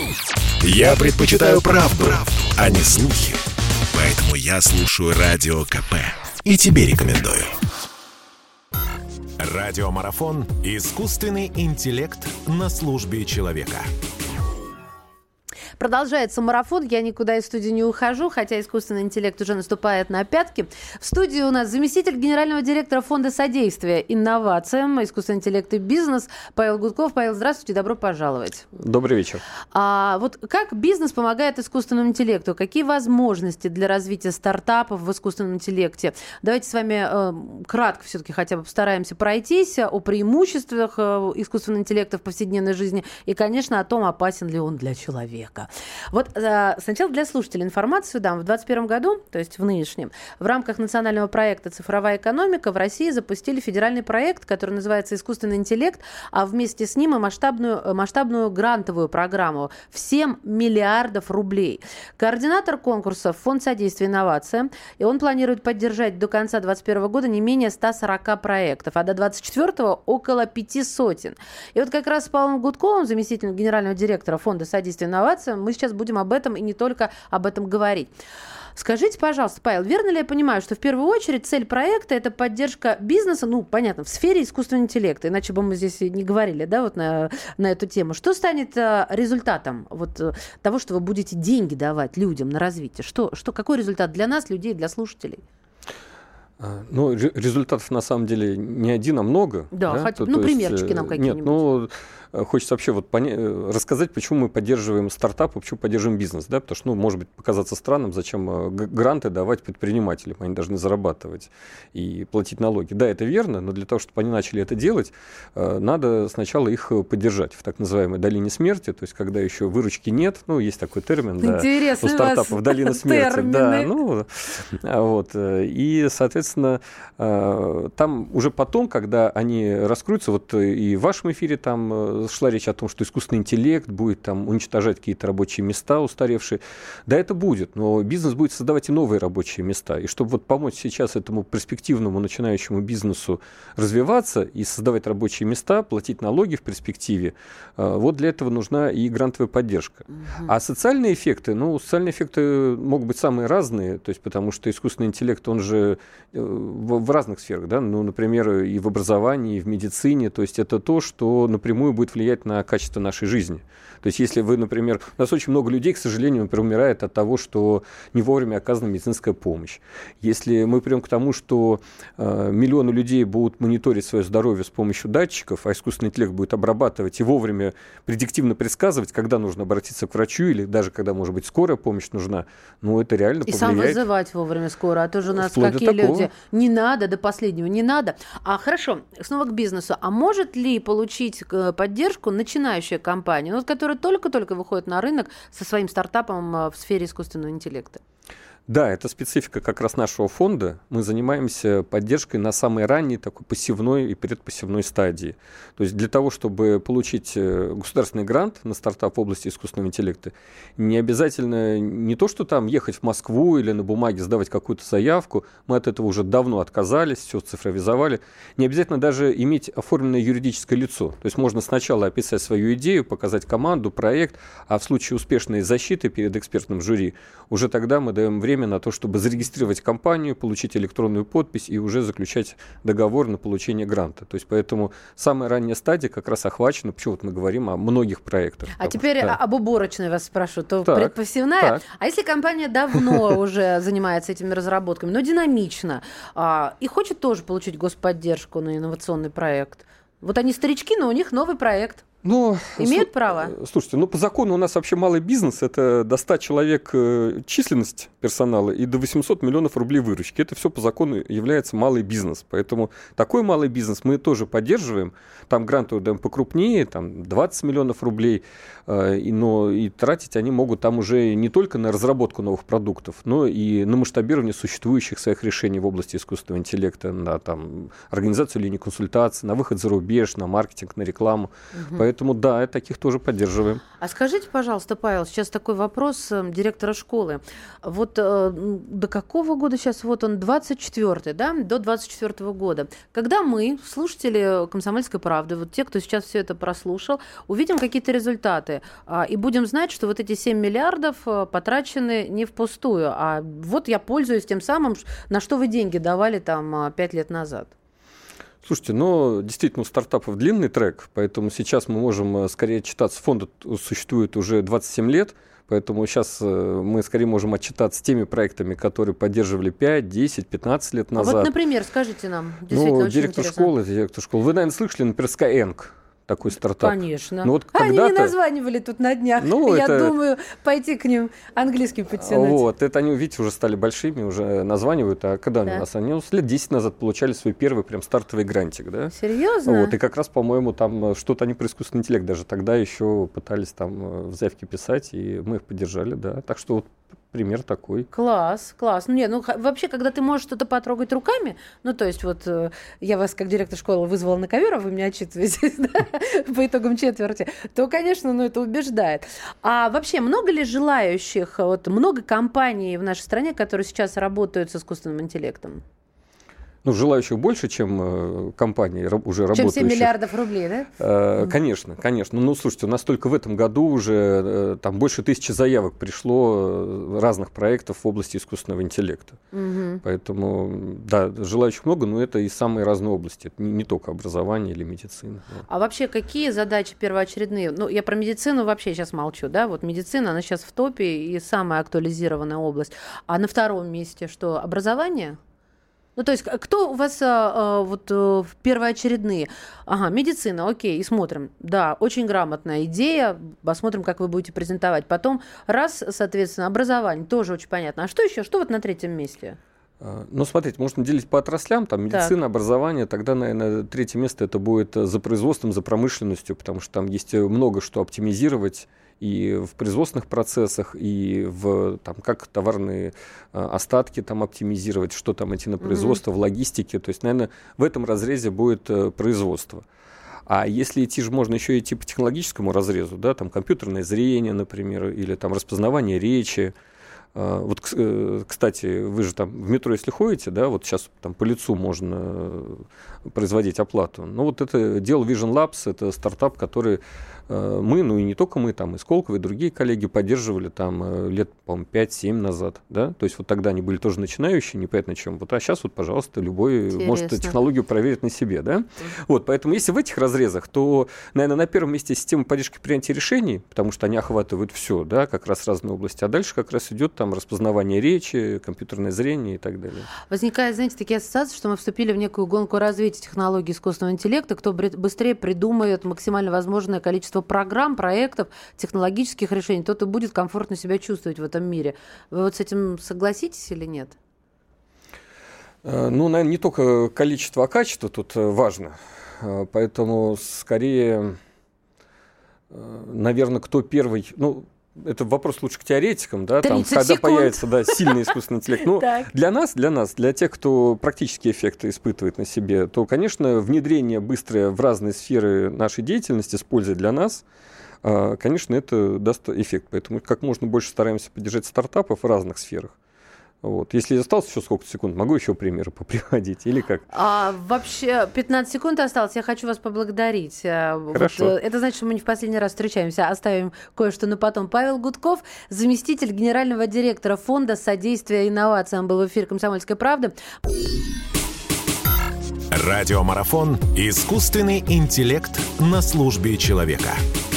Я предпочитаю правду, а не слухи. Поэтому я слушаю Радио КП. И тебе рекомендую. Радиомарафон «Искусственный интеллект на службе человека». Продолжается марафон. Я никуда из студии не ухожу, хотя искусственный интеллект уже наступает на пятки. В студии у нас заместитель генерального директора Фонда содействия инновациям, искусственный интеллект и бизнес Павел Гудков. Павел, здравствуйте, добро пожаловать. Добрый вечер. Вот как бизнес помогает искусственному интеллекту? Какие возможности для развития стартапов в искусственном интеллекте? Давайте с вами кратко все-таки хотя бы постараемся пройтись о преимуществах искусственного интеллекта в повседневной жизни и, конечно, о том, опасен ли он для человека. Вот сначала для слушателей информацию дам. В 2021 году, то есть в нынешнем, в рамках национального проекта «Цифровая экономика» в России запустили федеральный проект, который называется «Искусственный интеллект», а вместе с ним и масштабную грантовую программу в 7 миллиардов рублей. Координатор конкурса – Фонд содействия инновациям, и он планирует поддержать до конца 2021 года не менее 140 проектов, а до 2024 около 500. И вот как раз с Павлом Гудковым, заместителем генерального директора Фонда содействия инновациям, мы сейчас будем об этом и не только об этом говорить. Скажите, пожалуйста, Павел, верно ли я понимаю, что в первую очередь цель проекта – это поддержка бизнеса, понятно, в сфере искусственного интеллекта, иначе бы мы здесь не говорили, да, вот на эту тему. Что станет результатом того, что вы будете деньги давать людям на развитие? Какой результат для нас, людей, для слушателей? Результатов на самом деле не один, а много. Да, примерчики нам какие-нибудь. Хочется вообще рассказать, почему мы поддерживаем стартапы, почему поддерживаем бизнес. Да? Потому что, может быть, показаться странным, зачем гранты давать предпринимателям. Они должны зарабатывать и платить налоги. Да, это верно, но для того, чтобы они начали это делать, надо сначала их поддержать в так называемой долине смерти, то есть когда еще выручки нет, есть такой термин, да, у стартапов долина смерти. Да, и, соответственно, там уже потом, когда они раскроются, и в вашем эфире там шла речь о том, что искусственный интеллект будет там уничтожать какие-то рабочие места устаревшие. Да, это будет, но бизнес будет создавать и новые рабочие места. И чтобы помочь сейчас этому перспективному начинающему бизнесу развиваться и создавать рабочие места, платить налоги в перспективе, для этого нужна и грантовая поддержка. А социальные эффекты, могут быть самые разные, то есть потому что искусственный интеллект, он же в разных сферах, да, например, и в образовании, и в медицине, то есть это то, что напрямую будет влиять на качество нашей жизни. То есть если вы, например, у нас очень много людей, к сожалению, например, умирает от того, что не вовремя оказана медицинская помощь. Если мы придем к тому, что миллионы людей будут мониторить свое здоровье с помощью датчиков, а искусственный интеллект будет обрабатывать и вовремя предиктивно предсказывать, когда нужно обратиться к врачу или даже когда, может быть, скорая помощь нужна, это реально повлияет. И сам вызывать вовремя скорую, а то же у нас какие люди. Не надо, до последнего не надо. Хорошо, снова к бизнесу. А может ли получить поддержку начинающая компания, которая только-только выходит на рынок со своим стартапом в сфере искусственного интеллекта? Да, это специфика как раз нашего фонда. Мы занимаемся поддержкой на самой ранней такой пассивной и предпассивной стадии. То есть для того, чтобы получить государственный грант на стартап в области искусственного интеллекта, не обязательно не то, что там ехать в Москву или на бумаге сдавать какую-то заявку. Мы от этого уже давно отказались, все цифровизовали. Не обязательно даже иметь оформленное юридическое лицо. То есть можно сначала описать свою идею, показать команду, проект, а в случае успешной защиты перед экспертным жюри, уже тогда мы даем время на то, чтобы зарегистрировать компанию, получить электронную подпись и уже заключать договор на получение гранта. То есть поэтому самая ранняя стадия как раз охвачена, почему мы говорим о многих проектах. А теперь об уборочной вас спрошу. То предпассивная. Так. А если компания давно уже занимается этими разработками, но динамично, и хочет тоже получить господдержку на инновационный проект? Они старички, но у них новый проект. Имеют право? Слушайте, по закону у нас вообще малый бизнес, это до 100 человек численность персонала и до 800 миллионов рублей выручки. Это все по закону является малый бизнес. Поэтому такой малый бизнес мы тоже поддерживаем. Там гранты даем покрупнее, там 20 миллионов рублей, но и тратить они могут там уже не только на разработку новых продуктов, но и на масштабирование существующих своих решений в области искусственного интеллекта, на организацию линий консультаций, на выход за рубеж, на маркетинг, на рекламу. Поэтому, да, таких тоже поддерживаем. А скажите, пожалуйста, Павел, сейчас такой вопрос директора школы. Вот до какого года сейчас? Вот он, 24-й, да? До 24-го года. Когда мы, слушатели «Комсомольской правды», вот те, кто сейчас все это прослушал, увидим какие-то результаты и будем знать, что вот эти 7 миллиардов потрачены не впустую, а вот я пользуюсь тем самым, на что вы деньги давали там 5 лет назад. Слушайте, действительно у стартапов длинный трек, поэтому сейчас мы можем скорее отчитаться. Фонд существует уже 27 лет, поэтому сейчас мы скорее можем отчитаться теми проектами, которые поддерживали 5, 10, 15 лет назад. А вот, например, скажите нам, действительно очень директор интересно. школы. Вы, наверное, слышали, например, Skyeng. Такой стартап. Конечно. Вот они не названивали тут на днях. Я думаю, пойти к ним английский подтянуть. Вот, это они, видите, уже стали большими, уже названивают. А когда они у нас? Они лет 10 назад получали свой первый прям стартовый грантик, да? Серьезно? Вот, и как раз, по-моему, там что-то они про искусственный интеллект даже тогда еще пытались там в заявке писать, и мы их поддержали, да. Так что вот пример такой. Класс. Вообще, когда ты можешь что-то потрогать руками, то есть вот я вас как директор школы вызвала на ковер, а вы меня отчитываетесь, да, по итогам четверти, то, конечно, это убеждает. А вообще, много ли желающих, много компаний в нашей стране, которые сейчас работают с искусственным интеллектом? Желающих больше, чем компании уже работающих. Чем 7 миллиардов рублей, да? Конечно. Слушайте, у нас только в этом году уже там больше 1000 заявок пришло разных проектов в области искусственного интеллекта. Поэтому, да, желающих много, но это и самые разные области. Это не только образование или медицина. А вообще, какие задачи первоочередные? Я про медицину вообще сейчас молчу, да? Вот медицина, она сейчас в топе и самая актуализированная область. А на втором месте что? Образование? То есть, кто у вас первоочередные? Медицина, окей, и смотрим. Да, очень грамотная идея, посмотрим, как вы будете презентовать. Потом, соответственно, образование, тоже очень понятно. А что еще? Что на третьем месте? Смотрите, можно делить по отраслям, там медицина, образование, тогда, наверное, третье место это будет за производством, за промышленностью, потому что там есть много что оптимизировать и в производственных процессах, и как товарные остатки там оптимизировать, что там идти на производство, в логистике. То есть, наверное, в этом разрезе будет производство. А если идти же, можно еще идти по технологическому разрезу, да, там компьютерное зрение, например, или там распознавание речи. Вот, кстати, вы же там в метро, если ходите, да, вот сейчас там по лицу можно производить оплату. Это дело Vision Labs, это стартап, который мы, и не только мы, там и Сколково, и другие коллеги поддерживали там лет, по-моему, 5-7 назад, да, то есть вот тогда они были тоже начинающие, непонятно чем, а сейчас пожалуйста, любой может технологию проверить на себе, да. Поэтому если в этих разрезах, то, наверное, на первом месте система поддержки принятия решений, потому что они охватывают все, да, как раз разные области, а дальше как раз идет там распознавание речи, компьютерное зрение и так далее. Возникает, знаете, такие ассоциации, что мы вступили в некую гонку развития технологий искусственного интеллекта, кто быстрее придумает максимально возможное количество программ, проектов, технологических решений, тот и будет комфортно себя чувствовать в этом мире. Вы с этим согласитесь или нет? Наверное, не только количество, а качество тут важно. Поэтому скорее, наверное, кто первый... Это вопрос лучше к теоретикам, да, там, когда появится сильный искусственный интеллект. Для нас, для тех, кто практические эффекты испытывает на себе, то, конечно, внедрение быстрое в разные сферы нашей деятельности с пользой для нас, конечно, это даст эффект. Поэтому как можно больше стараемся поддержать стартапов в разных сферах. Если осталось еще сколько секунд, могу еще примеры поприводить или как? Вообще 15 секунд осталось. Я хочу вас поблагодарить. Хорошо. Это значит, что мы не в последний раз встречаемся. Оставим кое-что на потом. Павел Гудков, заместитель генерального директора фонда содействия инновациям, был в эфире «Комсомольской правды». Радиомарафон «Искусственный интеллект на службе человека».